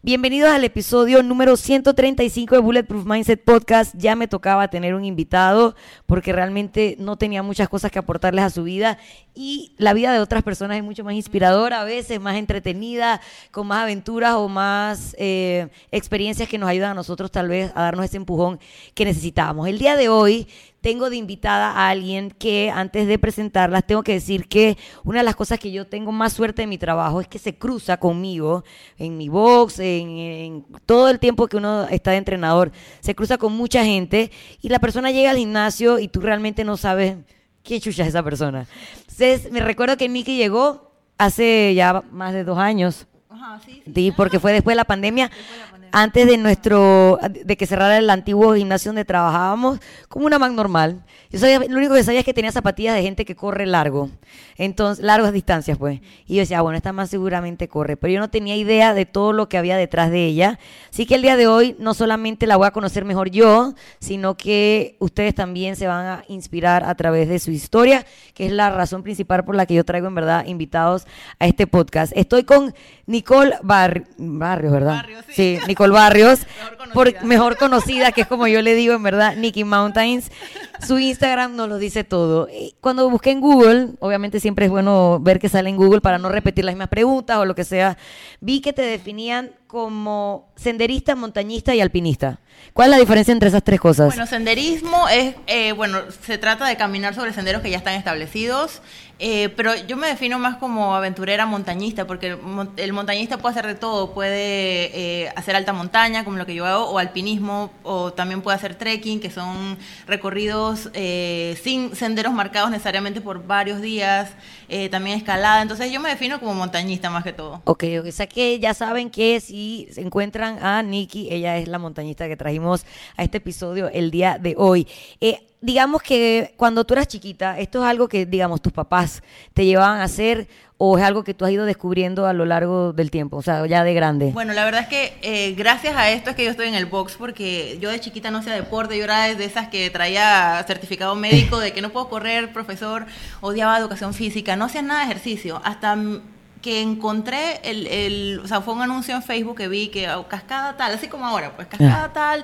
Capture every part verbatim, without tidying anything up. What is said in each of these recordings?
Bienvenidos al episodio número ciento treinta y cinco de Bulletproof Mindset Podcast. Ya me tocaba tener un invitado porque realmente no tenía muchas cosas que aportarles a su vida y la vida de otras personas es mucho más inspiradora, a veces más entretenida, con más aventuras o más eh, experiencias que nos ayudan a nosotros tal vez a darnos ese empujón que necesitábamos. El día de hoy tengo de invitada a alguien que, antes de presentarlas, tengo que decir que una de las cosas que yo tengo más suerte en mi trabajo es que se cruza conmigo en mi box, en, en todo el tiempo que uno está de entrenador, se cruza con mucha gente y la persona llega al gimnasio y tú realmente no sabes quién chucha es esa persona. Entonces, me recuerdo que Nikki llegó hace ya más de dos años. Ajá, sí, sí. Sí, porque fue después de la pandemia. Después de la pandemia. Antes de nuestro, de que cerrara el antiguo gimnasio donde trabajábamos, como una man normal. Yo sabía, lo único que sabía es que tenía zapatillas de gente que corre largo, entonces, largas distancias, pues. Y yo decía, ah, bueno, esta man seguramente corre, pero yo no tenía idea de todo lo que había detrás de ella. Así que el día de hoy no solamente la voy a conocer mejor yo, sino que ustedes también se van a inspirar a través de su historia, que es la razón principal por la que yo traigo en verdad invitados a este podcast. Estoy con Nicole Bar- Barrios, ¿verdad? Barrios, sí. Sí, Nicole Barrios, Mejor conocida. por, mejor conocida, que es como yo le digo en verdad, Nikki Mountains. Su Instagram nos lo dice todo. Y cuando busqué en Google, obviamente siempre es bueno ver que sale en Google para no repetir las mismas preguntas o lo que sea, vi que te definían como senderista, montañista y alpinista. ¿Cuál es la diferencia entre esas tres cosas? Bueno, senderismo es, eh, bueno, se trata de caminar sobre senderos que ya están establecidos, eh, pero yo me defino más como aventurera montañista, porque el, mon- el montañista puede hacer de todo, puede eh, hacer alta montaña, como lo que yo hago, o alpinismo, o también puede hacer trekking, que son recorridos eh, sin senderos marcados necesariamente por varios días, eh, también escalada, entonces yo me defino como montañista más que todo. Ok, o sea que ya saben que si se encuentran a Nikki, ella es la montañista que trajimos a este episodio el día de hoy. Eh, digamos que cuando tú eras chiquita, ¿esto es algo que, digamos, tus papás te llevaban a hacer o es algo que tú has ido descubriendo a lo largo del tiempo, o sea, ya de grande? Bueno, la verdad es que eh, gracias a esto es que yo estoy en el box, porque yo de chiquita no hacía deporte, yo era de esas que traía certificado médico de que no puedo correr, profesor, odiaba educación física, no hacía nada de ejercicio, hasta mm, que encontré el, el, o sea, fue un anuncio en Facebook que vi que oh, cascada tal, así como ahora, pues cascada tal,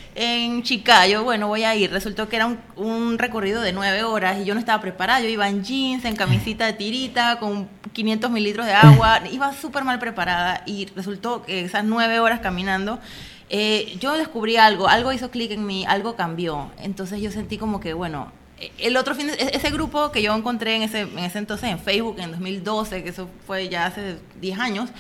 en Chiclayo, bueno, voy a ir. Resultó que era un, un recorrido de nueve horas y yo no estaba preparada. Yo iba en jeans, en camisita de tirita, con quinientos mililitros de agua. Iba súper mal preparada y resultó que esas nueve horas caminando, eh, yo descubrí algo, algo hizo clic en mí, algo cambió. Entonces yo sentí como que, bueno, el otro fin de, ese grupo que yo encontré en ese, en ese entonces en Facebook, en dos mil doce, que eso fue ya hace diez años,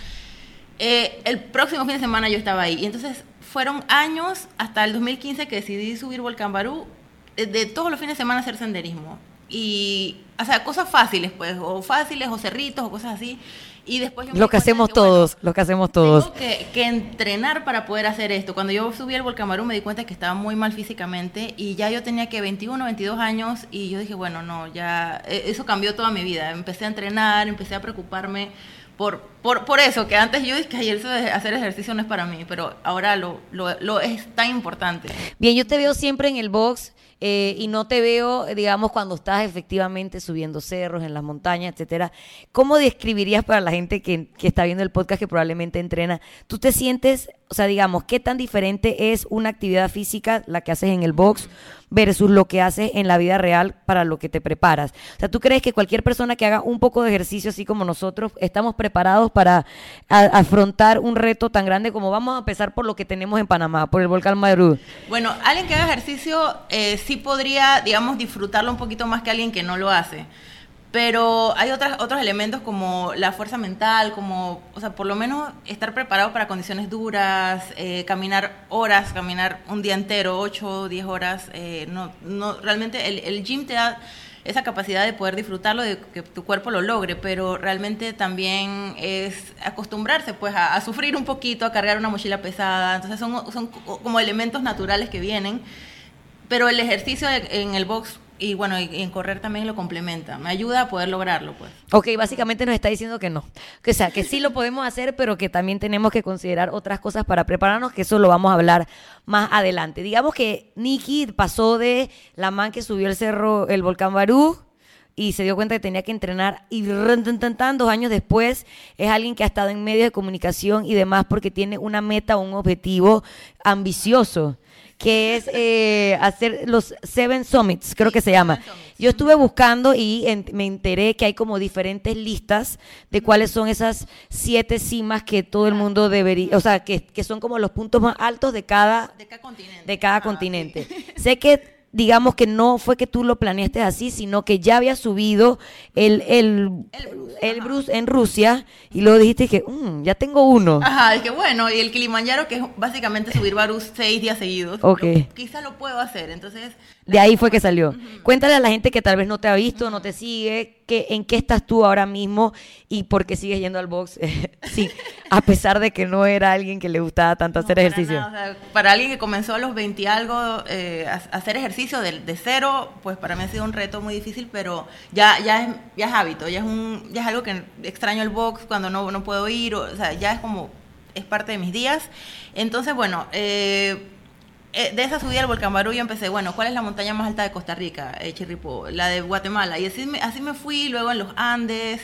eh, el próximo fin de semana yo estaba ahí. Y entonces fueron años hasta el dos mil quince que decidí subir Volcán Barú, de, de todos los fines de semana hacer senderismo. Y, o sea, cosas fáciles, pues, o fáciles, o cerritos, o cosas así. Y después yo me Lo di que cuenta de hacemos que, bueno, todos, lo que hacemos todos. tengo que, que entrenar para poder hacer esto. Cuando yo subí al Volcán Barú me di cuenta que estaba muy mal físicamente y ya yo tenía que veintiuno, veintidós años y yo dije, bueno, no, ya eh, eso cambió toda mi vida. Empecé a entrenar, empecé a preocuparme por, por, por eso, que antes yo dije que eso de hacer ejercicio no es para mí, pero ahora lo, lo, lo es tan importante. Bien, yo te veo siempre en el box eh, y no te veo, digamos, cuando estás efectivamente subiendo cerros, en las montañas, etcétera. ¿Cómo describirías para la gente que, que está viendo el podcast, que probablemente entrena? ¿Tú te sientes, o sea, digamos, qué tan diferente es una actividad física, la que haces en el box, versus lo que haces en la vida real para lo que te preparas? O sea, ¿tú crees que cualquier persona que haga un poco de ejercicio así como nosotros, estamos preparados para a, afrontar un reto tan grande como vamos a empezar por lo que tenemos en Panamá, por el Volcán Barú? Bueno, alguien que haga ejercicio eh, sí podría, digamos, disfrutarlo un poquito más que alguien que no lo hace. Pero hay otras, otros elementos como la fuerza mental, como, o sea, por lo menos estar preparado para condiciones duras, eh, caminar horas, caminar un día entero, ocho, diez horas. Eh, no, no, realmente el, el gym te da esa capacidad de poder disfrutarlo, de que tu cuerpo lo logre, pero realmente también es acostumbrarse pues a, a sufrir un poquito, a cargar una mochila pesada. Entonces son, son como elementos naturales que vienen, pero el ejercicio en el box y bueno, y en correr también lo complementa, me ayuda a poder lograrlo, pues. Ok, básicamente nos está diciendo que no, que, o sea, que sí lo podemos hacer, pero que también tenemos que considerar otras cosas para prepararnos, que eso lo vamos a hablar más adelante. Digamos que Nikki pasó de la man que subió el cerro, el Volcán Barú, y se dio cuenta que tenía que entrenar y tan, dos años después es alguien que ha estado en medios de comunicación y demás porque tiene una meta o un objetivo ambicioso, que es eh, hacer los Seven Summits, creo que se llama. Yo estuve buscando y en, me enteré que hay como diferentes listas de cuáles son esas siete cimas que todo el mundo debería, o sea, que, que son como los puntos más altos de cada, de cada continente. De cada ah, continente. Sí. Sé que digamos que no fue que tú lo planeaste así, sino que ya había subido el, el, el Bruce, el Bruce en Rusia y luego dijiste que mmm, ya tengo uno. Ajá, es que bueno, y el Kilimanjaro, que es básicamente subir Barús seis días seguidos, okay. lo, quizá lo puedo hacer, entonces... De ahí fue que salió. Uh-huh. Cuéntale a la gente que tal vez no te ha visto, uh-huh. no te sigue, que, en qué estás tú ahora mismo y por qué sigues yendo al box. Sí, a pesar de que no era alguien que le gustaba tanto no, hacer para ejercicio. Nada, o sea, para alguien que comenzó a los veinte y algo eh, a, a hacer ejercicio de, de cero, pues para mí ha sido un reto muy difícil, pero ya, ya, es, ya es hábito, ya es, un, ya es algo que extraño el box cuando no, no puedo ir, o, o sea, ya es como, es parte de mis días. Entonces, bueno... Eh, de esa subida al Volcán Barú yo empecé, bueno, ¿cuál es la montaña más alta de Costa Rica? Eh, Chirripó, la de Guatemala. Y así me, así me fui, luego en los Andes.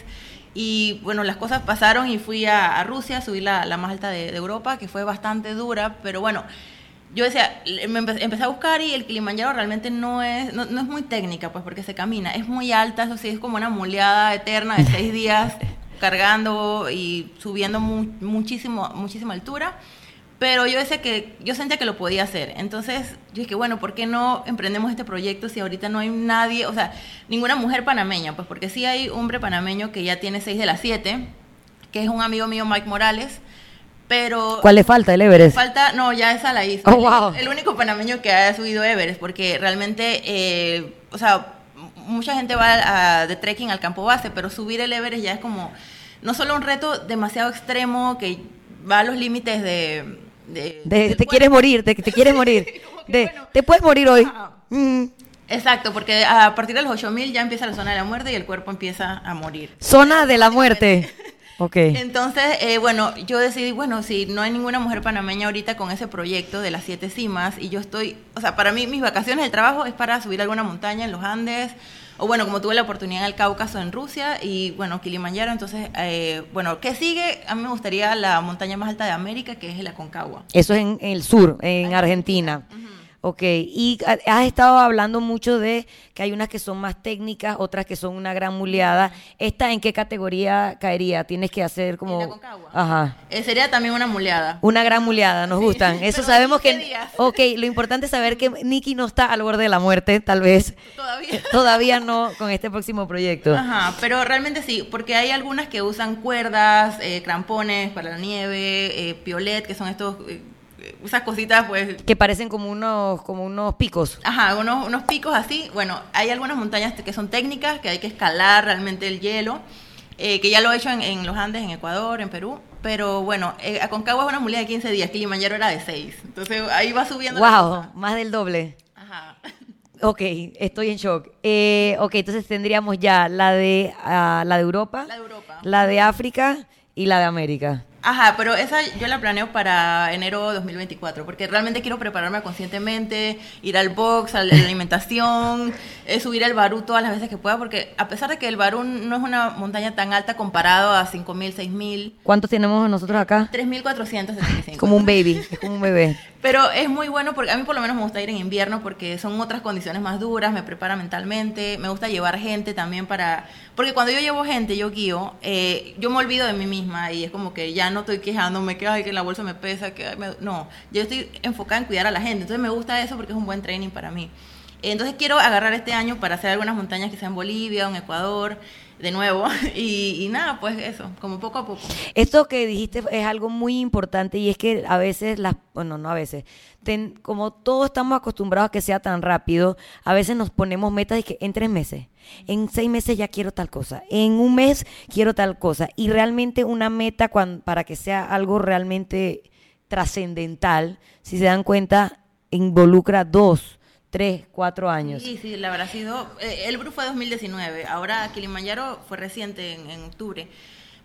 Y bueno, las cosas pasaron y fui a, a Rusia, subí la, la más alta de, de Europa, que fue bastante dura. Pero bueno, yo decía, me empe, empecé a buscar y el Kilimanjaro realmente no es, no, no es muy técnica, pues porque se camina. Es muy alta, eso sí, es como una moleada eterna de seis días cargando y subiendo mu, muchísimo, muchísima altura. Pero yo decía que, yo sentía que lo podía hacer. Entonces, yo dije, bueno, ¿por qué no emprendemos este proyecto si ahorita no hay nadie, o sea, ninguna mujer panameña? Pues porque sí hay un hombre panameño que ya tiene seis de las siete, que es un amigo mío, Mike Morales, pero... ¿Cuál le falta, el Everest? Falta, no, ya esa la hizo. Oh, wow. El, el único panameño que ha subido Everest, porque realmente, eh, o sea, mucha gente va a, de trekking al campo base, pero subir el Everest ya es como, no solo un reto demasiado extremo que va a los límites de... De, de, de, te quieres morir, te, te quieres morir. que, de, bueno, te puedes morir hoy. Mm. Exacto, porque a partir de los ocho mil ya empieza la zona de la muerte y el cuerpo empieza a morir. Zona de la muerte. Ok. Entonces, eh, bueno, yo decidí, bueno, si no hay ninguna mujer panameña ahorita con ese proyecto de las siete cimas y yo estoy, o sea, para mí mis vacaciones del trabajo es para subir alguna montaña en los Andes, o bueno, como tuve la oportunidad en el Cáucaso, en Rusia, y bueno, Kilimanjaro, entonces, eh, bueno, ¿qué sigue? A mí me gustaría la montaña más alta de América, que es el Aconcagua. Eso es en, en el sur, en Argentina. Uh-huh. Ok, y has estado hablando mucho de que hay unas que son más técnicas, otras que son una gran muleada. ¿Esta en qué categoría caería? Tienes que hacer como... ¿En Aconcagua? Ajá. Eh, sería también una muleada. Una gran muleada, nos sí, gustan. Eso sabemos que... Días. Ok, lo importante es saber que Nikki no está al borde de la muerte, tal vez. Todavía. Todavía no con este próximo proyecto. Ajá, pero realmente sí, porque hay algunas que usan cuerdas, eh, crampones para la nieve, eh, piolet, que son estos... Eh, esas cositas, pues... Que parecen como unos, como unos picos. Ajá, unos, unos picos así. Bueno, hay algunas montañas que son técnicas, que hay que escalar realmente el hielo, eh, que ya lo he hecho en, en los Andes, en Ecuador, en Perú. Pero bueno, eh, Aconcagua es una muleta de quince días, Kilimanjaro era de seis. Entonces ahí va subiendo. Wow, más del doble. Ajá. Ok, estoy en shock. Eh, ok, entonces tendríamos ya la de, uh, la de Europa, la de Europa, la de África y la de América. Ajá, pero esa yo la planeo para enero dos mil veinticuatro, porque realmente quiero prepararme conscientemente, ir al box, a la alimentación, eh, subir el Barú todas las veces que pueda, porque a pesar de que el Barú no es una montaña tan alta comparado a cinco mil, seis mil. ¿Cuántos tenemos nosotros acá? tres mil cuatrocientos setenta y cinco. Como un baby, es como un bebé. Pero es muy bueno, porque a mí por lo menos me gusta ir en invierno, porque son otras condiciones más duras, me prepara mentalmente, me gusta llevar gente también para... Porque cuando yo llevo gente, yo guío, eh, yo me olvido de mí misma y es como que ya no estoy quejándome que, ay, que la bolsa me pesa, que ay, me... no, yo estoy enfocada en cuidar a la gente, entonces me gusta eso porque es un buen training para mí. Entonces quiero agarrar este año para hacer algunas montañas que sean en Bolivia o en Ecuador, de nuevo, y, y nada, pues eso, como poco a poco. Esto que dijiste es algo muy importante y es que a veces, las, bueno, no a veces, ten, como todos estamos acostumbrados a que sea tan rápido, a veces nos ponemos metas de que en tres meses, en seis meses ya quiero tal cosa, en un mes quiero tal cosa, y realmente una meta cuando, para que sea algo realmente trascendental, si se dan cuenta, involucra dos, tres, cuatro años. Sí, sí, la verdad ha sido... Eh, el Bruce fue dos mil diecinueve, ahora Kilimanjaro fue reciente, en, en octubre.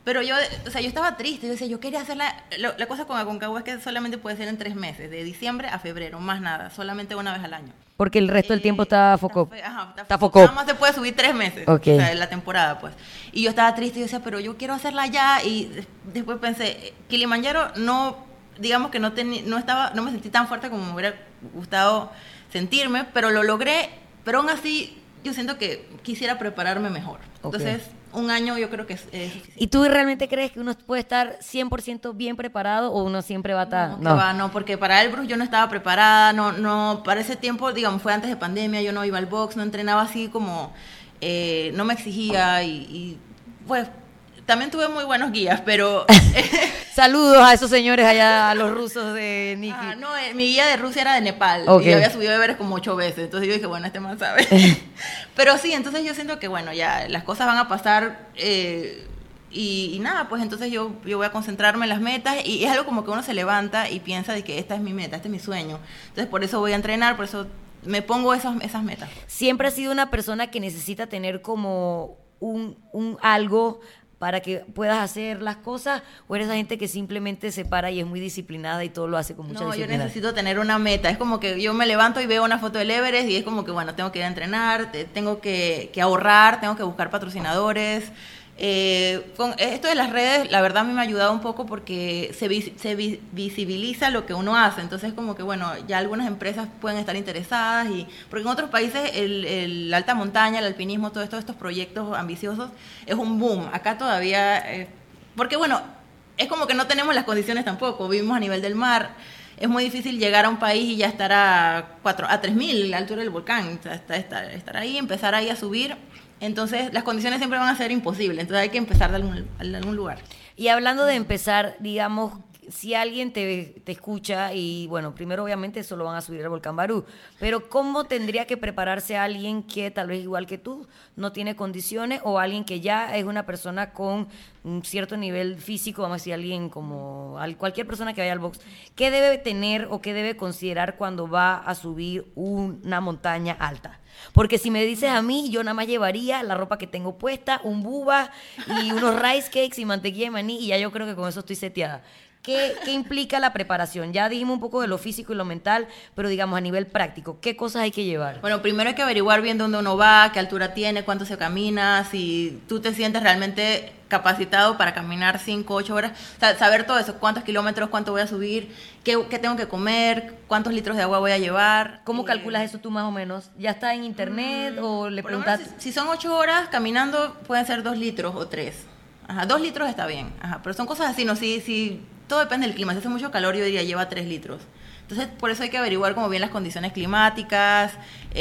Pero yo, o sea, yo estaba triste, yo decía, yo quería hacerla, la, la cosa con Aconcagua es que solamente puede ser en tres meses, de diciembre a febrero, más nada, solamente una vez al año. Porque el resto del tiempo está foco. Está, ajá, está, está foco. foco. Nada más se puede subir tres meses, Okay. o sea, en la temporada, pues. Y yo estaba triste y yo decía, pero yo quiero hacerla ya. Y después pensé, Kilimanjaro no, digamos que no, teni, no, estaba, no me sentí tan fuerte como me hubiera gustado sentirme, pero lo logré, pero aún así yo siento que quisiera prepararme mejor. Okay. Entonces, un año yo creo que es, es suficiente. ¿Y tú realmente crees que uno puede estar cien por ciento bien preparado o uno siempre va a estar...? No, No, va, no, porque para Elbrus yo no estaba preparada, no, no, para ese tiempo, digamos, fue antes de pandemia, yo no iba al box, no entrenaba así como, eh, no me exigía y, y, pues, también tuve muy buenos guías, pero... Saludos a esos señores allá, a los rusos de Nikki. Ah, no, eh, mi guía de Rusia era de Nepal, Okay. y yo había subido Everest como ocho veces, entonces yo dije, bueno, este man sabe. Pero sí, entonces yo siento que, bueno, ya las cosas van a pasar... Eh, Y, y nada, pues entonces yo, yo voy a concentrarme en las metas y es algo como que uno se levanta y piensa de que esta es mi meta, este es mi sueño. Entonces por eso voy a entrenar, por eso me pongo esas, esas metas. ¿Siempre has sido una persona que necesita tener como un, un algo para que puedas hacer las cosas o eres esa gente que simplemente se para y es muy disciplinada y todo lo hace con mucha No, disciplina? yo necesito tener una meta. Es como que yo me levanto y veo una foto del Everest y es como que, bueno, tengo que ir a entrenar, te- tengo que, que ahorrar, tengo que buscar patrocinadores. Eh, con esto de las redes, la verdad a mí me ha ayudado un poco porque se, vis- se vi- visibiliza lo que uno hace. Entonces, como que, bueno, ya algunas empresas pueden estar interesadas. Y porque en otros países el, el alta montaña, el alpinismo, todos estos proyectos ambiciosos es un boom. Acá todavía, eh, porque, bueno, es como que no tenemos las condiciones tampoco. Vivimos a nivel del mar. Es muy difícil llegar a un país y ya estar a, cuatro, a tres mil, la altura del volcán. O sea, estar, estar, estar ahí, empezar ahí a subir. Entonces, las condiciones siempre van a ser imposibles. Entonces, hay que empezar de algún, de algún lugar. Y hablando de empezar, digamos, si alguien te, te escucha y, bueno, primero obviamente solo van a subir al volcán Barú, pero ¿cómo tendría que prepararse alguien que tal vez igual que tú no tiene condiciones o alguien que ya es una persona con un cierto nivel físico, vamos a decir alguien como al- cualquier persona que vaya al box, ¿qué debe tener o qué debe considerar cuando va a subir una montaña alta? Porque si me dices a mí, yo nada más llevaría la ropa que tengo puesta, un buba y unos rice cakes y mantequilla de maní y ya yo creo que con eso estoy seteada. ¿Qué, ¿Qué implica la preparación? Ya dijimos un poco de lo físico y lo mental, pero digamos a nivel práctico, ¿qué cosas hay que llevar? Bueno, primero hay que averiguar bien dónde uno va, qué altura tiene, cuánto se camina, si tú te sientes realmente capacitado para caminar cinco, ocho horas. O sea, saber todo eso, cuántos kilómetros, cuánto voy a subir, qué, qué tengo que comer, cuántos litros de agua voy a llevar. ¿Cómo Eh, calculas eso tú más o menos? ¿Ya está en internet o le Por lo menos, preguntas? si, si son ocho horas caminando, pueden ser dos litros o tres. Ajá, dos litros está bien. Ajá, pero son cosas así, ¿no? Si, si, todo depende del clima. Si hace mucho calor, yo diría lleva tres litros. Entonces, por eso hay que averiguar como bien las condiciones climáticas.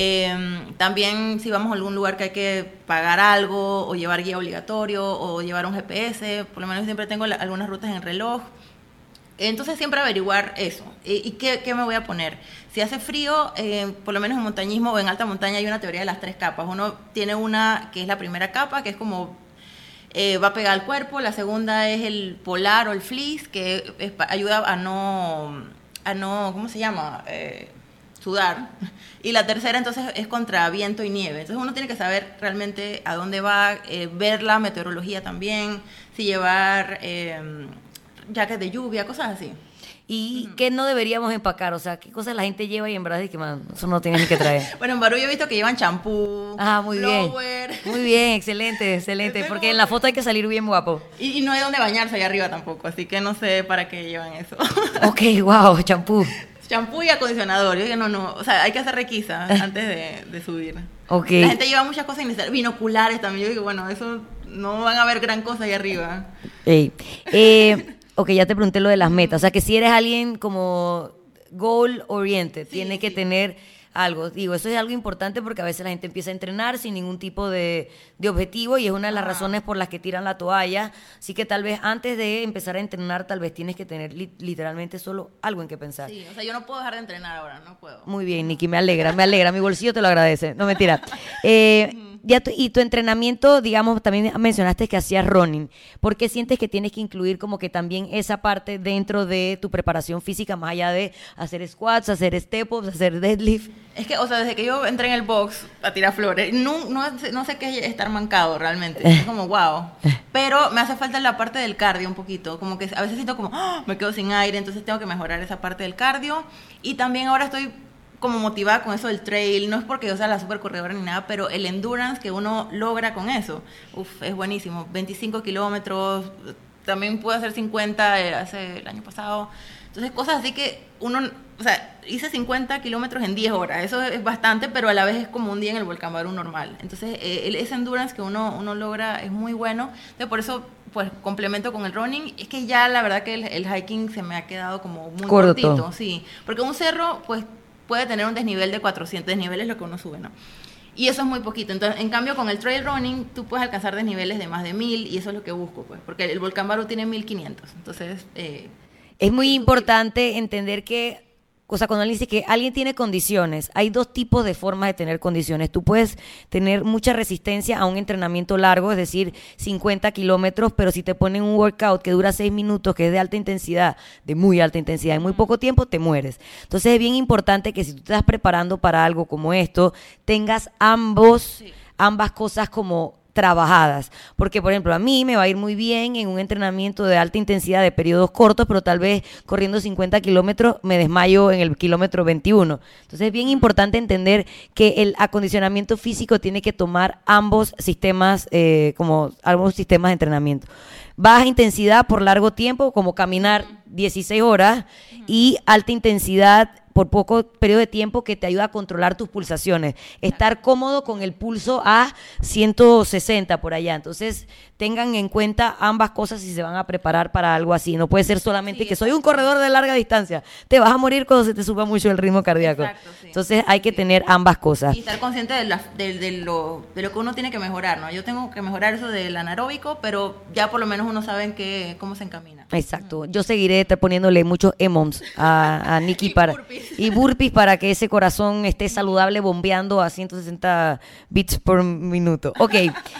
Eh, también si vamos a algún lugar que hay que pagar algo, o llevar guía obligatorio, o llevar un G P S. Por lo menos siempre tengo la- algunas rutas en el reloj. Entonces siempre averiguar eso. ¿Y, y qué, qué me voy a poner? Si hace frío, eh, por lo menos en montañismo o en alta montaña hay una teoría de las tres capas. Uno tiene una que es la primera capa, que es como eh, va a pegar al cuerpo. La segunda es el polar o el fleece, que es pa- ayuda a no, a no, ¿cómo se llama? Eh, sudar. Y la tercera entonces es contra viento y nieve. Entonces uno tiene que saber realmente a dónde va, eh, ver la meteorología también, si llevar... Eh, jacket de lluvia, cosas así. ¿Y qué no deberíamos empacar? O sea, ¿qué cosas la gente lleva y en verdad es que, man, eso no tienes ni que traer? Bueno, en Barú yo he visto que llevan champú, Ah, muy blower. bien. Muy bien, excelente, excelente. Entonces, Porque como en la que- foto hay que salir bien guapo. Y, y no hay donde bañarse allá arriba tampoco, así que no sé para qué llevan eso. Ok, wow, champú. Champú y acondicionador. Yo dije, no, no, o sea, hay que hacer requisa antes de, de subir. Ok. La gente lleva muchas cosas innecesarias. Binoculares también. Yo digo, bueno, eso no van a ver gran cosa allá arriba. Ey. Eh, ok, ya te pregunté lo de las metas. O sea, que si eres alguien como goal oriented, Sí, tiene que sí. tener algo. Digo, eso es algo importante porque a veces la gente empieza a entrenar sin ningún tipo de, de objetivo y es una de las Ajá. razones por las que tiran la toalla. Así que tal vez antes de empezar a entrenar, tal vez tienes que tener li- literalmente solo algo en que pensar. Sí, o sea, yo no puedo dejar de entrenar ahora, no puedo. Muy bien, Nikki, me alegra, me alegra. Mi bolsillo te lo agradece. No, mentira. Eh, Ya tu- y tu entrenamiento, digamos, también mencionaste que hacías running. ¿Por qué sientes que tienes que incluir como que también esa parte dentro de tu preparación física, más allá de hacer squats, hacer step-ups, hacer deadlift? Es que, o sea, desde que yo entré en el box a tirar flores, no, no, no sé qué es estar mancado realmente. Es como, wow. Pero me hace falta la parte del cardio un poquito. Como que a veces siento como, ¡ah! Me quedo sin aire, entonces tengo que mejorar esa parte del cardio. Y también ahora estoy como motivada con eso del trail. No es porque yo sea la super corredora ni nada, pero el endurance que uno logra con eso, uf, es buenísimo. veinticinco kilómetros, también pude hacer cincuenta eh, hace el año pasado. Entonces, cosas así que uno, o sea, hice cincuenta kilómetros en diez horas, eso es bastante, pero a la vez es como un día en el Volcán Barú normal. Entonces, eh, el, ese endurance que uno, uno logra es muy bueno. Entonces, por eso, pues, complemento con el running. Es que ya la verdad que el, el hiking se me ha quedado como muy Corto. cortito, sí. Porque un cerro, pues, puede tener un desnivel de cuatrocientos, desnivel es lo que uno sube, ¿no? Y eso es muy poquito. Entonces, en cambio, con el trail running, tú puedes alcanzar desniveles de más de mil, y eso es lo que busco, pues, porque el Volcán Barú tiene mil quinientos. Entonces, eh, Es muy importante entender que, o sea, cuando alguien dice que alguien tiene condiciones, hay dos tipos de formas de tener condiciones. Tú puedes tener mucha resistencia a un entrenamiento largo, es decir, cincuenta kilómetros, pero si te ponen un workout que dura seis minutos, que es de alta intensidad, de muy alta intensidad, en muy poco tiempo te mueres. Entonces es bien importante que si tú te estás preparando para algo como esto, tengas ambos, Sí. ambas cosas como trabajadas, porque por ejemplo a mí me va a ir muy bien en un entrenamiento de alta intensidad de periodos cortos, pero tal vez corriendo cincuenta kilómetros me desmayo en el kilómetro veintiuno. Entonces es bien importante entender que el acondicionamiento físico tiene que tomar ambos sistemas, eh, como ambos sistemas de entrenamiento. Baja intensidad por largo tiempo, como caminar dieciséis horas, y alta intensidad por poco periodo de tiempo, que te ayuda a controlar tus pulsaciones. Estar cómodo con el pulso a ciento sesenta por allá. Entonces, tengan en cuenta ambas cosas si se van a preparar para algo así. No puede ser solamente Sí, que soy un corredor de larga distancia. Te vas a morir cuando se te suba mucho el ritmo cardíaco. Exacto, sí. Entonces, hay que Sí. tener ambas cosas. Y estar consciente de, la- de, de lo, de lo que uno tiene que mejorar, ¿no? Yo tengo que mejorar eso del anaeróbico, pero ya por lo menos uno sabe en qué, cómo se encamina. Exacto. Yo seguiré te- poniéndole muchos emoms a, a Nikki Y para burpees. y burpees para que ese corazón esté saludable bombeando a ciento sesenta beats por minuto. Ok.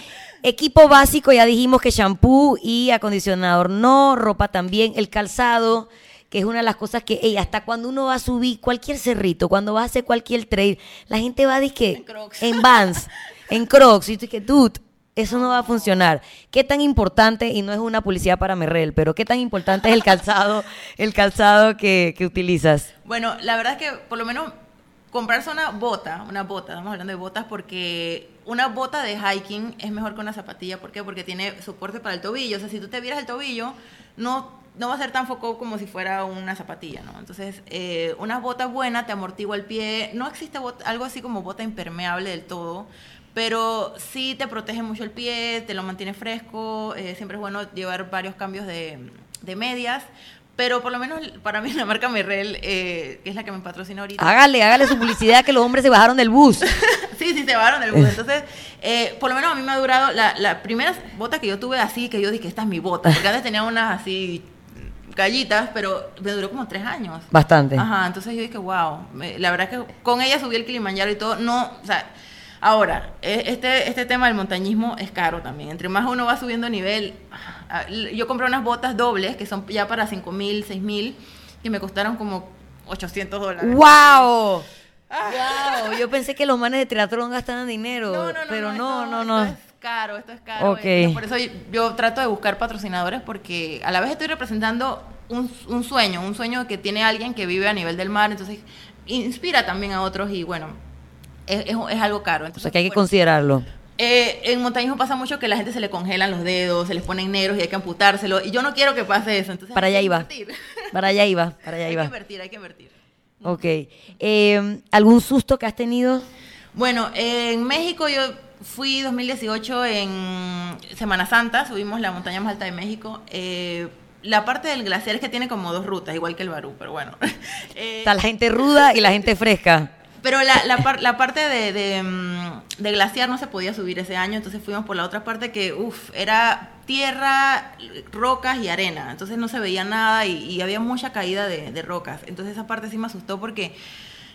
Equipo básico, ya dijimos que shampoo y acondicionador no, ropa también, el calzado, que es una de las cosas que, ey, hasta cuando uno va a subir cualquier cerrito, cuando va a hacer cualquier trail, la gente va a decir que En Crocs. en Vans, en Crocs, y tú dices, dude, eso no va a funcionar. ¿Qué tan importante, y no es una publicidad para Merrell, pero qué tan importante es el calzado, el calzado que, que utilizas? Bueno, la verdad es que por lo menos comprarse una bota, una bota, estamos hablando de botas, porque una bota de hiking es mejor que una zapatilla. ¿Por qué? Porque tiene soporte para el tobillo. O sea, si tú te vieras el tobillo, no, no va a ser tan foco como si fuera una zapatilla, ¿no? Entonces, eh, una bota buena te amortigua el pie. No existe bota- algo así como bota impermeable del todo, pero sí te protege mucho el pie, te lo mantiene fresco. Eh, siempre es bueno llevar varios cambios de, de medias. Pero por lo menos para mí la marca Merrell, eh, que es la que me patrocina ahorita. Hágale, hágale su publicidad, que los hombres se bajaron del bus. Sí, sí, se bajaron del bus. Entonces, eh, por lo menos a mí me ha durado, la, la primera bota que yo tuve así, que yo dije, esta es mi bota, porque antes tenía unas así gallitas, pero me duró como tres años. Bastante. Ajá, entonces yo dije, wow, me- la verdad es que con ella subí el Kilimanjaro y todo, no, o sea, ahora, eh, este, este tema del montañismo es caro también, entre más uno va subiendo nivel, ah, yo compré unas botas dobles, que son ya para cinco mil, seis mil, que me costaron como ochocientos dólares. ¡Wow! ¡Wow! Yo pensé que los manes de triatlón gastaban dinero, No, no, no, pero no, esto- no, no. Esto es caro, esto es caro. Ok. eh, Por eso yo, yo trato de buscar patrocinadores, porque a la vez estoy representando un, un sueño, un sueño que tiene alguien que vive a nivel del mar, entonces inspira también a otros y bueno, es, es, es algo caro. O Entonces, sea que hay que bueno, considerarlo. eh, en montañismo pasa mucho que la gente se le congelan los dedos, se les ponen negros y hay que amputárselo, y yo no quiero que pase eso. Entonces Para hay allá que iba. invertir. Para allá iba, para allá Hay que iba. invertir, hay que invertir. Ok. Eh, ¿Algún susto que has tenido? Bueno, en México yo fui dos mil dieciocho en Semana Santa, subimos la montaña más alta de México. Eh, la parte del glaciar es que tiene como dos rutas, igual que el Barú, pero bueno. Eh, Está la gente ruda y la gente fresca. pero la, la, par- la parte de, de, mm, de glaciar no se podía subir ese año, entonces fuimos por la otra parte que, uff, era tierra, rocas y arena, entonces no se veía nada y, y había mucha caída de, de rocas. Entonces esa parte sí me asustó porque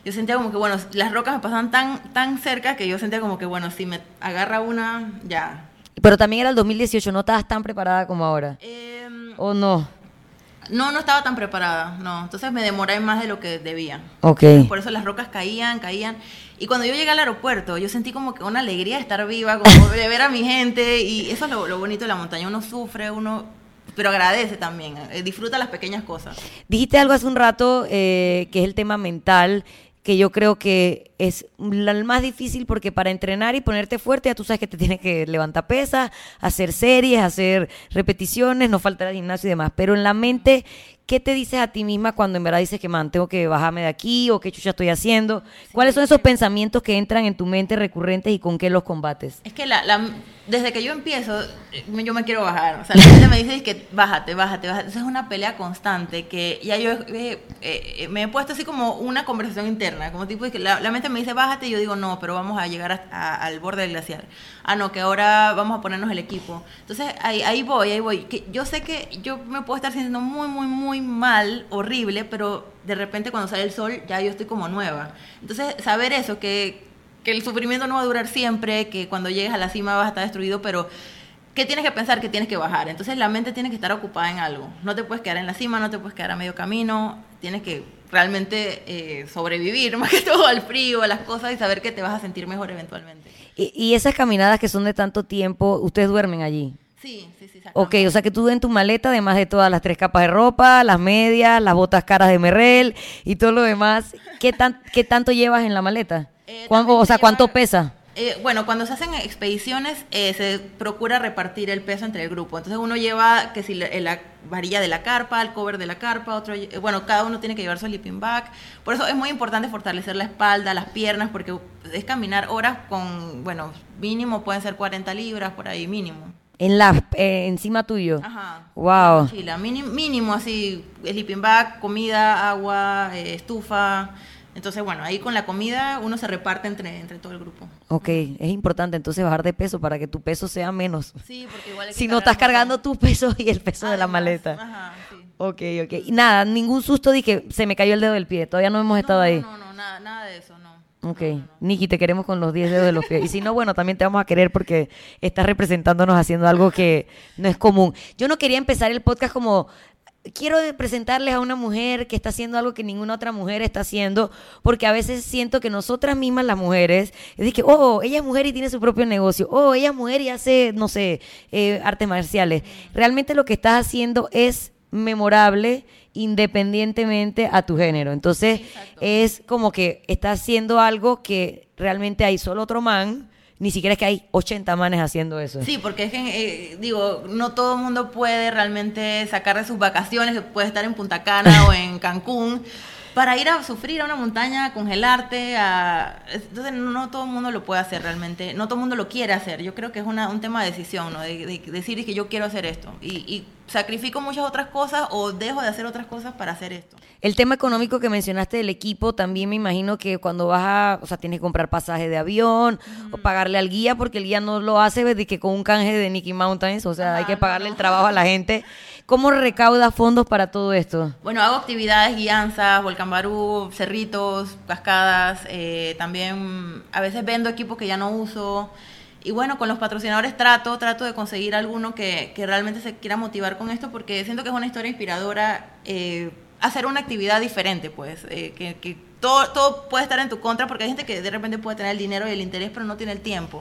yo sentía como que, bueno, las rocas me pasaban tan, tan cerca que yo sentía como que, bueno, si me agarra una, ya. Pero también era el dos mil dieciocho, ¿no estabas tan preparada como ahora? Eh, ¿O no? No, no estaba tan preparada, no. Entonces me demoré más de lo que debía. Ok. Por eso las rocas caían, caían. Y cuando yo llegué al aeropuerto, yo sentí como que una alegría de estar viva, como de ver a mi gente. Y eso es lo, lo bonito de la montaña. Uno sufre, uno... pero agradece también, eh, disfruta las pequeñas cosas. Dijiste algo hace un rato eh, que es el tema mental, que yo creo que es el más difícil porque para entrenar y ponerte fuerte ya tú sabes que te tienes que levantar pesas, hacer series, hacer repeticiones, no faltar al gimnasio y demás, pero en la mente, ¿qué te dices a ti misma cuando en verdad dices que man, tengo que bajarme de aquí o qué chucha estoy haciendo? ¿Cuáles son esos pensamientos que entran en tu mente recurrentes y con qué los combates? Es que la, la, desde que yo empiezo, yo me quiero bajar. O sea, la gente me dice que bájate, bájate, bájate. Entonces es una pelea constante que ya yo eh, eh, me he puesto así como una conversación interna, como tipo, que la, la mente me dice bájate y yo digo no, pero vamos a llegar a, a, al borde del glaciar. Ah, no, que ahora vamos a ponernos el equipo. Entonces ahí, ahí voy, ahí voy. Que yo sé que yo me puedo estar sintiendo muy, muy, muy mal, horrible, pero de repente cuando sale el sol ya yo estoy como nueva. Entonces saber eso, que... que el sufrimiento no va a durar siempre, que cuando llegues a la cima vas a estar destruido, pero ¿qué tienes que pensar? Que tienes que bajar. Entonces la mente tiene que estar ocupada en algo. No te puedes quedar en la cima, no te puedes quedar a medio camino, tienes que realmente eh, sobrevivir más que todo al frío, a las cosas y saber que te vas a sentir mejor eventualmente. Y, y esas caminadas que son de tanto tiempo, ¿ustedes duermen allí? Sí, sí, sí. Sacamos. Ok, o sea que tú en tu maleta, además de todas las tres capas de ropa, las medias, las botas caras de Merrell y todo lo demás, ¿qué, tan, qué tanto llevas en la maleta? Eh, ¿Cuánto, o sea, lleva, ¿cuánto pesa? Eh, bueno, cuando se hacen expediciones eh, se procura repartir el peso entre el grupo. Entonces uno lleva que si la, la varilla de la carpa, el cover de la carpa, otro, eh, bueno, cada uno tiene que llevar su sleeping bag. Por eso es muy importante fortalecer la espalda, las piernas, porque es caminar horas con, bueno, mínimo pueden ser cuarenta libras por ahí, mínimo. En la, eh, encima tuyo. Ajá. Wow. Mochila, mínimo, mínimo así, sleeping bag, comida, agua, eh, estufa. Entonces, bueno, ahí con la comida uno se reparte entre, entre todo el grupo. Ok, es importante entonces bajar de peso para que tu peso sea menos. Sí, porque igual hay que si no estás cargando tu peso y el peso Además, de la maleta. Ajá, sí. Ok, ok. Y nada, ningún susto de que se me cayó el dedo del pie. Todavía no hemos estado no, ahí. No, no, no, nada, nada de eso, no. Ok. No, no, no. Nikki, te queremos con los diez dedos de los pies. Y si no, bueno, también te vamos a querer porque estás representándonos haciendo algo que no es común. Yo no quería empezar el podcast como... Quiero presentarles a una mujer que está haciendo algo que ninguna otra mujer está haciendo, porque a veces siento que nosotras mismas las mujeres, es de que, oh, ella es mujer y tiene su propio negocio, oh, ella es mujer y hace, no sé, eh, artes marciales. Realmente lo que estás haciendo es memorable independientemente a tu género. Entonces, Sí, exacto. es como que estás haciendo algo que realmente hay solo otro man. Ni siquiera es que hay ochenta manes haciendo eso. Sí, porque es que, eh, digo, no todo el mundo puede realmente sacar de sus vacaciones, puede estar en Punta Cana o en Cancún, para ir a sufrir a una montaña, a congelarte, a... entonces no, no todo el mundo lo puede hacer realmente, no todo el mundo lo quiere hacer. Yo creo que es una, un tema de decisión, ¿no? De, de decir que yo quiero hacer esto y, y sacrifico muchas otras cosas o dejo de hacer otras cosas para hacer esto. El tema económico que mencionaste del equipo, también me imagino que cuando vas a, o sea, tienes que comprar pasaje de avión uh-huh. o pagarle al guía, porque el guía no lo hace, ves, de que con un canje de Nicky Mountains, o sea, Ajá, hay que pagarle no, no. el trabajo a la gente. ¿Cómo recauda fondos para todo esto? Bueno, hago actividades, guianzas, volcán Barú, cerritos, cascadas, eh, también a veces vendo equipos que ya no uso. Y bueno, con los patrocinadores trato, trato de conseguir alguno que, que realmente se quiera motivar con esto, porque siento que es una historia inspiradora, eh, hacer una actividad diferente, pues, eh, que, que todo, todo puede estar en tu contra, porque hay gente que de repente puede tener el dinero y el interés, pero no tiene el tiempo.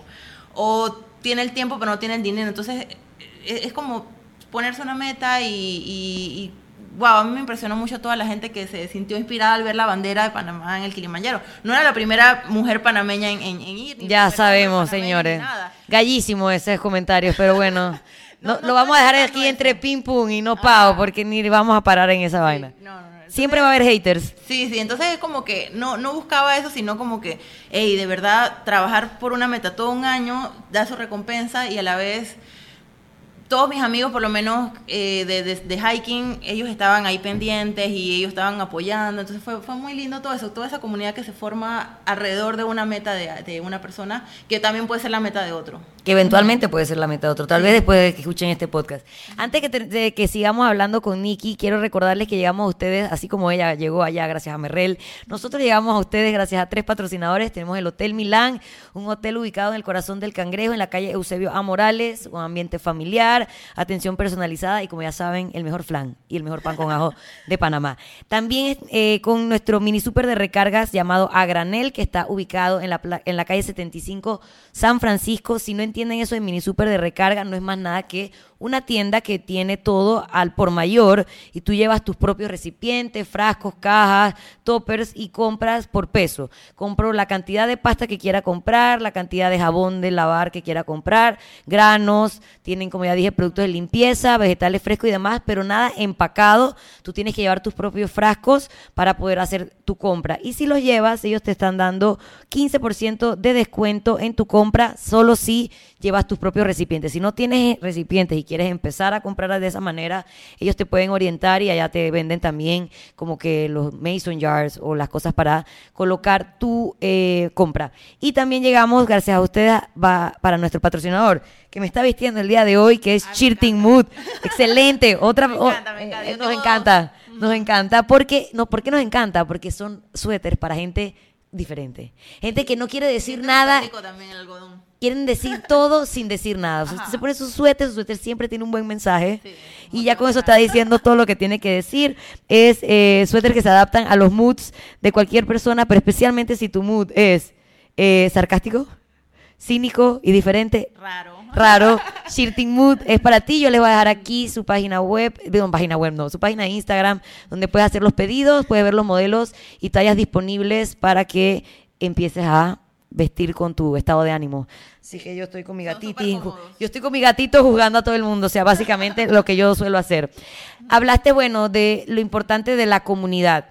O tiene el tiempo, pero no tiene el dinero. Entonces, es, es como ponerse una meta y, y, y wow, a mí me impresionó mucho toda la gente que se sintió inspirada al ver la bandera de Panamá en el Kilimanjaro. No era la primera mujer panameña en, en, en ir. Ya sabemos, señores. Gallísimo ese comentario, pero bueno. no, no, no, lo vamos a dejar aquí eso. Entre ping pong y no pao, ah, porque ni vamos a parar en esa sí, vaina. No, no, no. Entonces, siempre va a haber haters. Sí, sí, entonces es como que no, no buscaba eso, sino como que, hey, de verdad, trabajar por una meta todo un año da su recompensa y a la vez todos mis amigos, por lo menos eh, de, de, de hiking, ellos estaban ahí pendientes y ellos estaban apoyando. Entonces fue, fue muy lindo todo eso, toda esa comunidad que se forma alrededor de una meta de, de una persona, que también puede ser la meta de otro. Que eventualmente puede ser la meta de otro, tal vez después de que escuchen este podcast. Antes que te, de que sigamos hablando con Nikki, quiero recordarles que llegamos a ustedes, así como ella llegó allá gracias a Merrell, nosotros llegamos a ustedes gracias a tres patrocinadores. Tenemos el Hotel Milán, un hotel ubicado en el corazón del Cangrejo, en la calle Eusebio A. Morales, un ambiente familiar, atención personalizada y, como ya saben, el mejor flan y el mejor pan con ajo de Panamá. También eh, con nuestro mini super de recargas llamado A Granel, que está ubicado en la, en la calle setenta y cinco San Francisco. Si no entienden eso de mini super de recarga, no es más nada que una tienda que tiene todo al por mayor y tú llevas tus propios recipientes, frascos, cajas, toppers y compras por peso. Compro la cantidad de pasta que quiera comprar, la cantidad de jabón de lavar que quiera comprar, granos, tienen, como ya dije, productos de limpieza, vegetales frescos y demás, pero nada empacado. Tú tienes que llevar tus propios frascos para poder hacer tu compra. Y si los llevas, ellos te están dando quince por ciento de descuento en tu compra, solo si llevas tus propios recipientes. Si no tienes recipientes y quieres empezar a comprar de esa manera, ellos te pueden orientar y allá te venden también como que los mason jars o las cosas para colocar tu eh, compra. Y también llegamos, gracias a ustedes, va, para nuestro patrocinador, que me está vistiendo el día de hoy, que es Shirting Mood. Excelente. Otra, me encanta, me encanta. Oh, eh, nos encanta, nos encanta. Porque, no, ¿por qué nos encanta? Porque son suéteres para gente diferente. Gente que no quiere decir nada. También el algodón. Quieren decir todo sin decir nada. O sea, usted se pone su suéter, su suéter siempre tiene un buen mensaje. Sí, y ya con eso está diciendo todo lo que tiene que decir. Es eh, suéter que se adaptan a los moods de cualquier persona, pero especialmente si tu mood es eh, sarcástico, cínico y diferente. Raro. Raro. Shirting Mood es para ti. Yo les voy a dejar aquí su página web, digo, página web no, su página de Instagram, donde puedes hacer los pedidos, puedes ver los modelos y tallas disponibles para que empieces a vestir con tu estado de ánimo. Así que yo estoy con mi gatito, yo estoy con mi gatito juzgando a todo el mundo, o sea, básicamente lo que yo suelo hacer. Hablaste, bueno, de lo importante de la comunidad.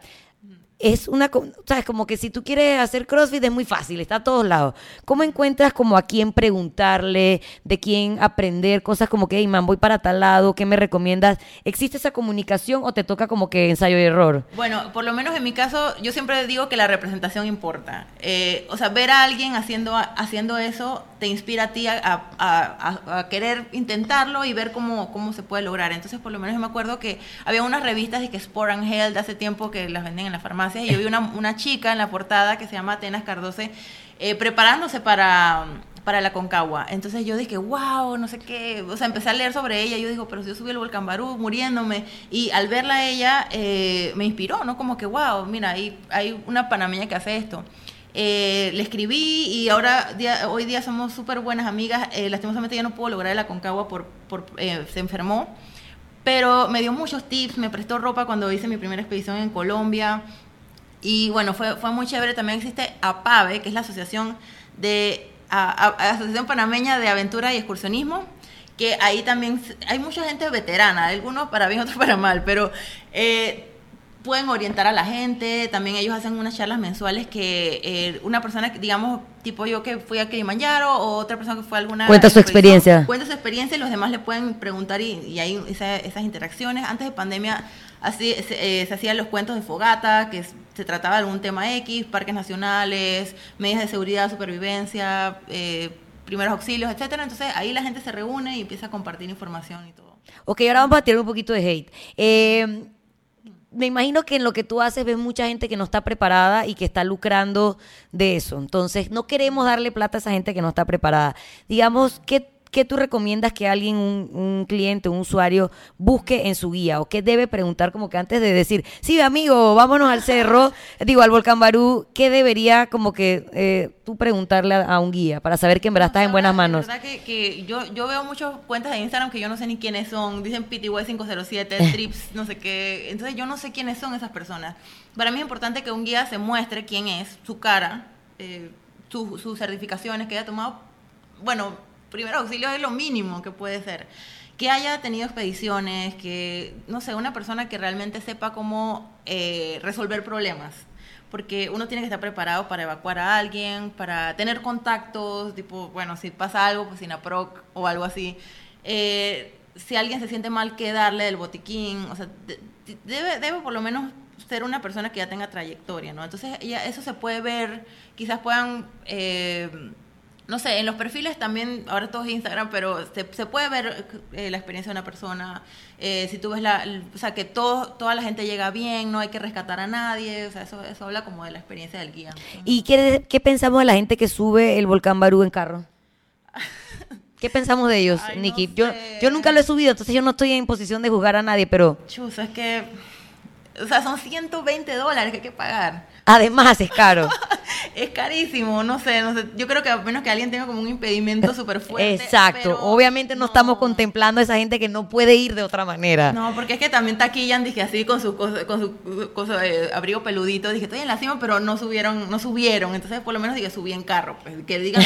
Es una, sabes, como que si tú quieres hacer CrossFit es muy fácil, está a todos lados. ¿Cómo encuentras como a quién preguntarle, de quién aprender, cosas como que, hey man, voy para tal lado, ¿qué me recomiendas? ¿Existe esa comunicación o te toca como que ensayo y error? Bueno, por lo menos en mi caso, yo siempre digo que la representación importa. Eh, o sea, ver a alguien haciendo, haciendo eso te inspira a ti a, a, a, a querer intentarlo y ver cómo, cómo se puede lograr. Entonces, por lo menos yo me acuerdo que había unas revistas de que Sport and Health de hace tiempo que las venden en la farmacia. Y yo vi una, una chica en la portada que se llama Atenas Cardoce eh, preparándose para, para la Concagua. Entonces yo dije, wow, no sé qué. O sea, empecé a leer sobre ella. Yo digo, pero si yo subí el volcán Barú muriéndome. Y al verla a ella, eh, me inspiró, ¿no? Como que, wow, mira, hay, hay una panameña que hace esto. Eh, le escribí y ahora día, hoy día somos súper buenas amigas. Eh, lastimosamente ya no pudo lograr la Concagua, por, por, eh, se enfermó. Pero me dio muchos tips, me prestó ropa cuando hice mi primera expedición en Colombia. Y bueno, fue, fue muy chévere. También existe APAVE, que es la Asociación de a, a, Asociación Panameña de Aventura y Excursionismo, que ahí también hay mucha gente veterana, algunos para bien, otros para mal, pero eh, pueden orientar a la gente. También ellos hacen unas charlas mensuales que eh, una persona, digamos, tipo yo que fui a Kilimanjaro o otra persona que fue a alguna... Cuenta su experiencia. Cuenta su experiencia y los demás le pueden preguntar y, y hay esa, esas interacciones. Antes de pandemia así, se, eh, se hacían los cuentos de fogata, que es, se trataba de algún tema X, parques nacionales, medidas de seguridad, supervivencia, eh, primeros auxilios, etcétera. Entonces ahí la gente se reúne y empieza a compartir información y todo. Ok, ahora vamos a tirar un poquito de hate. Eh... Me imagino que en lo que tú haces ves mucha gente que no está preparada y que está lucrando de eso. Entonces, no queremos darle plata a esa gente que no está preparada. Digamos, ¿qué, qué tú recomiendas que alguien, un, un cliente, un usuario, busque en su guía? ¿O qué debe preguntar como que antes de decir, sí, amigo, vámonos al cerro, digo, al Volcán Barú? ¿Qué debería como que eh, tú preguntarle a, a un guía para saber que en verdad estás en buenas manos? La verdad que, que yo, yo veo muchas cuentas de Instagram que yo no sé ni quiénes son. Dicen P T Y cinco cero siete, Trips, no sé qué. Entonces yo no sé quiénes son esas personas. Para mí es importante que un guía se muestre quién es, su cara, eh, su, sus certificaciones que haya tomado. Bueno, primero auxilio es lo mínimo que puede ser. Que haya tenido expediciones, que, no sé, una persona que realmente sepa cómo eh, resolver problemas. Porque uno tiene que estar preparado para evacuar a alguien, para tener contactos, tipo, bueno, si pasa algo, pues SINAPROC o algo así. Eh, si alguien se siente mal, qué darle del botiquín, o sea, de, debe, debe por lo menos ser una persona que ya tenga trayectoria, ¿no? Entonces, ya eso se puede ver, quizás puedan... Eh, no sé, en los perfiles también, ahora todo es Instagram, pero se, se puede ver eh, la experiencia de una persona, eh, si tú ves la, o sea, que todo, toda la gente llega bien, no hay que rescatar a nadie, o sea, eso, eso habla como de la experiencia del guía. ¿Y qué, qué pensamos de la gente que sube el volcán Barú en carro? ¿Qué pensamos de ellos, Ay, Nikki? no yo, sé. yo nunca lo he subido, entonces yo no estoy en posición de juzgar a nadie, pero Chusa, es que, o sea, son ciento veinte dólares que hay que pagar. además es caro. Es carísimo, no sé, no sé, yo creo que a menos que alguien tenga como un impedimento súper fuerte. Exacto, pero obviamente no, estamos contemplando a esa gente que no puede ir de otra manera. No, porque es que también taquillan, dije así, con su, cosa, con su cosa, eh, abrigo peludito, dije, estoy en la cima, pero no subieron, no subieron, entonces por lo menos dije, subí en carro, pues, que digan,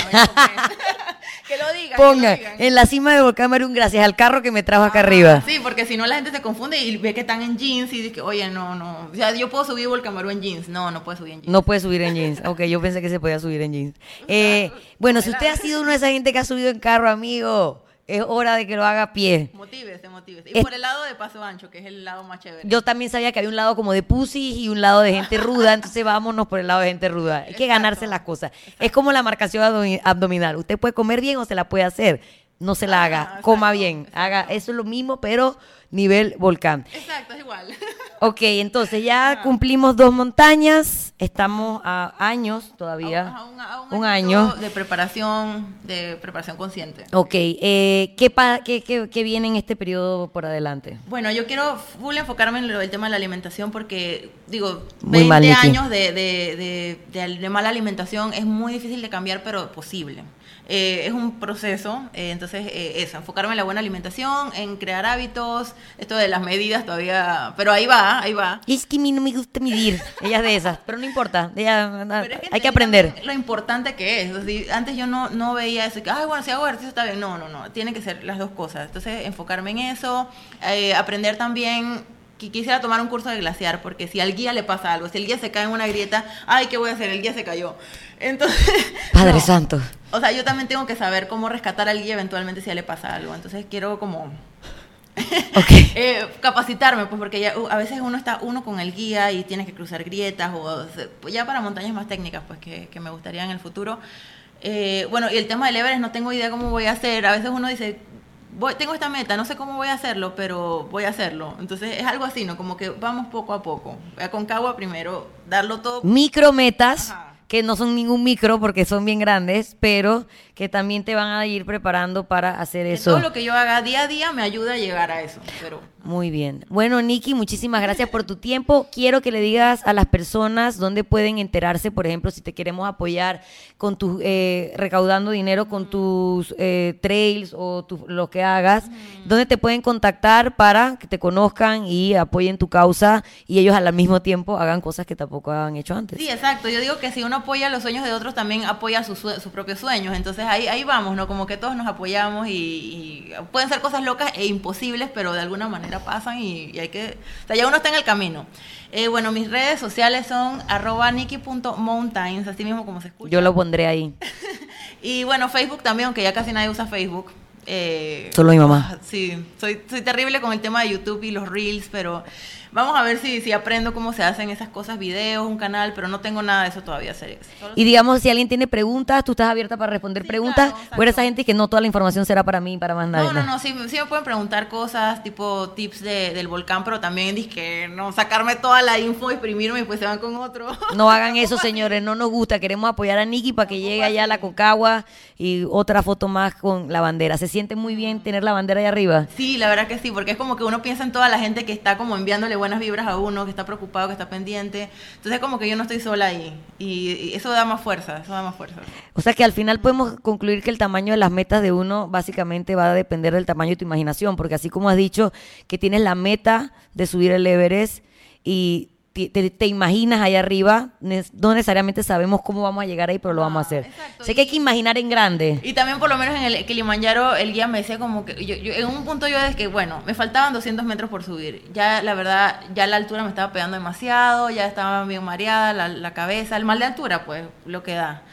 que lo digan. Ponga, que lo digan. en la cima de Volcán Barú, gracias al carro que me trajo acá Ah, arriba. Sí, porque si no la gente se confunde y ve que están en jeans y dice, oye, no, no, o sea, yo puedo subir Volcán Barú en jeans, no, no puedes subir en jeans. No puede subir en jeans. Ok, yo pensé que se podía subir en jeans. Eh, bueno, si usted ha sido una de esas gente que ha subido en carro, amigo, es hora de que lo haga a pie. Motívese, motívese. Y Es- por el lado de Paso Ancho, que es el lado más chévere. Yo también sabía que había un lado como de pussy y un lado de gente ruda, entonces vámonos por el lado de gente ruda. Hay que Exacto. ganarse las cosas. Es como la marcación abdomi- abdominal. Usted puede comer bien o se la puede hacer. No se la haga, Ah, coma exacto, bien. exacto. Haga, eso es lo mismo, pero nivel volcán. Exacto, es igual. Ok, entonces ya Ajá. cumplimos dos montañas, estamos a años todavía. A un, a un Un añito año. de preparación, de preparación consciente. Ok, eh, ¿qué, pa- qué, qué- qué viene en este periodo por adelante? Bueno, yo quiero full enfocarme en lo del tema de la alimentación porque, digo, Muy veinte mal, Nikki. años de, de, de, de- de mala alimentación es muy difícil de cambiar, pero posible. Eh, es un proceso, eh, entonces eh, eso, enfocarme en la buena alimentación, en crear hábitos, esto de las medidas todavía, pero ahí va, ahí va. Es que a mí no me gusta medir, ella es de esas, pero no importa, ella- Pero es hay que entendí aprender. también lo importante que es. O sea, antes yo no, no veía eso, que, ay, bueno, si hago ejercicio está bien. No, no, no. Tienen que ser las dos cosas. Entonces, enfocarme en eso, eh, aprender también. Que quisiera tomar un curso de glaciar, porque si al guía le pasa algo, si el guía se cae en una grieta, ay, ¿qué voy a hacer? El guía se cayó. Entonces. Padre no. santo. O sea, yo también tengo que saber cómo rescatar al guía eventualmente si ya le pasa algo. Entonces, quiero como. Ok. Eh, capacitarme, pues porque ya, uh, a veces uno está uno con el guía y tienes que cruzar grietas o se- pues, ya para montañas más técnicas, pues que, que me gustaría en el futuro. Eh, bueno, y el tema del Everest no tengo idea cómo voy a hacer. A veces uno dice, voy, tengo esta meta, no sé cómo voy a hacerlo, pero voy a hacerlo. Entonces es algo así, ¿no? Como que vamos poco a poco. A Concagua primero, darlo todo. Micrometas, Ajá. que no son ningún micro porque son bien grandes, pero que también te van a ir preparando para hacer Que eso. todo lo que yo haga día a día me ayuda a llegar a eso. Pero Muy bien. Bueno, Nikki, muchísimas gracias por tu tiempo. Quiero que le digas a las personas dónde pueden enterarse, por ejemplo, si te queremos apoyar con tus eh, recaudando dinero con tus eh, trails o tu- lo que hagas, dónde te pueden contactar para que te conozcan y apoyen tu causa y ellos al mismo tiempo hagan cosas que tampoco han hecho antes. sí, exacto. Yo digo que si uno apoya los sueños de otros, también apoya sus, sue- sus propios sueños. Entonces ahí, ahí vamos, ¿no? Como que todos nos apoyamos y, y pueden ser cosas locas e imposibles, pero de alguna manera pasan y, y hay que... O sea, ya uno está en el camino. Eh, bueno, mis redes sociales son arroba nikki punto mountains, así mismo como se escucha. Yo lo pondré ahí. Y bueno, Facebook también, aunque ya casi nadie usa Facebook. Eh, Solo mi mamá. ah, Sí, soy, soy terrible con el tema de YouTube y los Reels, pero vamos a ver si, si aprendo cómo se hacen esas cosas, videos, un canal, pero no tengo nada de eso todavía. Solo- Y digamos, si alguien tiene preguntas, tú estás abierta para responder Sí, preguntas, claro, o eres esa exacto. gente que no toda la información será para mí y para más nadie. No, no, no, sí, sí me pueden preguntar cosas, tipo tips de, del volcán, pero también que no sacarme toda la info, exprimirme y pues se van con otro. No hagan eso, señores, no nos gusta. Queremos apoyar a Nikki para que llegue allá a la Concagua y otra foto más con la bandera. ¿Se siente muy bien tener la bandera ahí arriba? Sí, la verdad que sí, porque es como que uno piensa en toda la gente que está como enviándole buenas vibras a uno, que está preocupado, que está pendiente. Entonces como que yo no estoy sola ahí. Y, y eso da más fuerza, eso da más fuerza. O sea que al final podemos concluir que el tamaño de las metas de uno básicamente va a depender del tamaño de tu imaginación, porque así como has dicho que tienes la meta de subir el Everest y te, te- te imaginas ahí arriba, ne- no necesariamente sabemos cómo vamos a llegar ahí, pero lo vamos a hacer. exacto. Sé que hay que imaginar en grande. Y también por lo menos en el Kilimanjaro el guía me decía como que, yo, yo- en un punto yo es que, bueno, me faltaban doscientos metros por subir. Ya la verdad, ya la altura me estaba pegando demasiado, ya estaba bien mareada la, la cabeza, el mal de altura pues lo que da.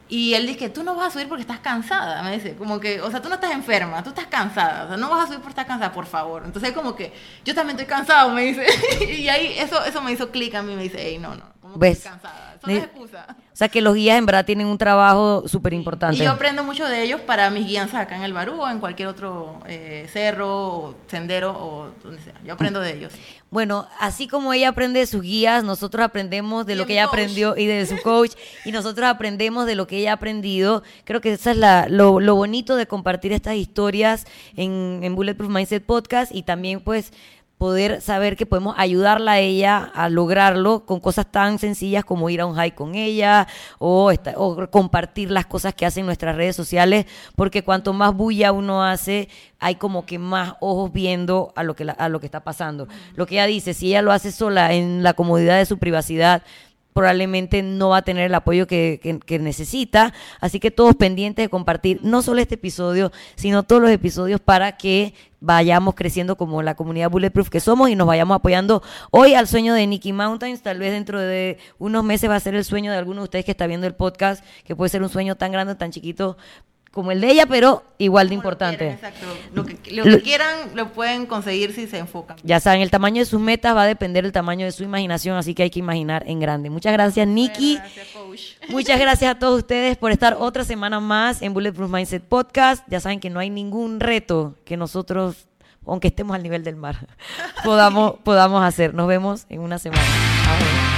Y él dice, tú no vas a subir porque estás cansada, me dice, como que, o sea, tú no estás enferma, tú estás cansada, o sea, no vas a subir porque estás cansada, por favor. Entonces como que, yo también estoy cansado, me dice, y ahí eso eso me hizo clic a mí, me dice, hey, no, no, como que ¿Ves? estoy cansada, eso no es excusa. O sea, que los guías en verdad tienen un trabajo súper importante. Y yo aprendo mucho de ellos para mis guianzas acá en el Barú o en cualquier otro eh, cerro o sendero o donde sea. Yo aprendo de ellos. Bueno, así como ella aprende de sus guías, nosotros aprendemos de Y lo de que mi ella coach. aprendió y de su coach, y nosotros aprendemos de lo que ella ha aprendido. Creo que esa es la, lo, lo bonito de compartir estas historias en, en Bulletproof Mindset Podcast, y también pues poder saber que podemos ayudarla a ella a lograrlo con cosas tan sencillas como ir a un hike con ella o, esta- o compartir las cosas que hacen en nuestras redes sociales, porque cuanto más bulla uno hace, hay como que más ojos viendo a lo que, la- a lo que está pasando. Lo que ella dice, si ella lo hace sola en la comodidad de su privacidad, probablemente no va a tener el apoyo que, que- que necesita. Así que todos pendientes de compartir no solo este episodio, sino todos los episodios para que vayamos creciendo como la comunidad Bulletproof que somos y nos vayamos apoyando hoy al sueño de Nikki Mountains. Tal vez dentro de unos meses va a ser el sueño de alguno de ustedes que está viendo el podcast, que puede ser un sueño tan grande o tan chiquito como el de ella, pero igual de Como lo importante. quieren, exacto. Lo que, lo Lo- que quieran lo pueden conseguir si se enfocan. Ya saben, el tamaño de sus metas va a depender del tamaño de su imaginación, así que hay que imaginar en grande. Muchas gracias, Nikki. Bueno, gracias, coach. Muchas gracias a todos ustedes por estar otra semana más en Bulletproof Mindset Podcast. Ya saben que no hay ningún reto que nosotros, aunque estemos al nivel del mar, podamos, podamos hacer. Nos vemos en una semana. Adiós.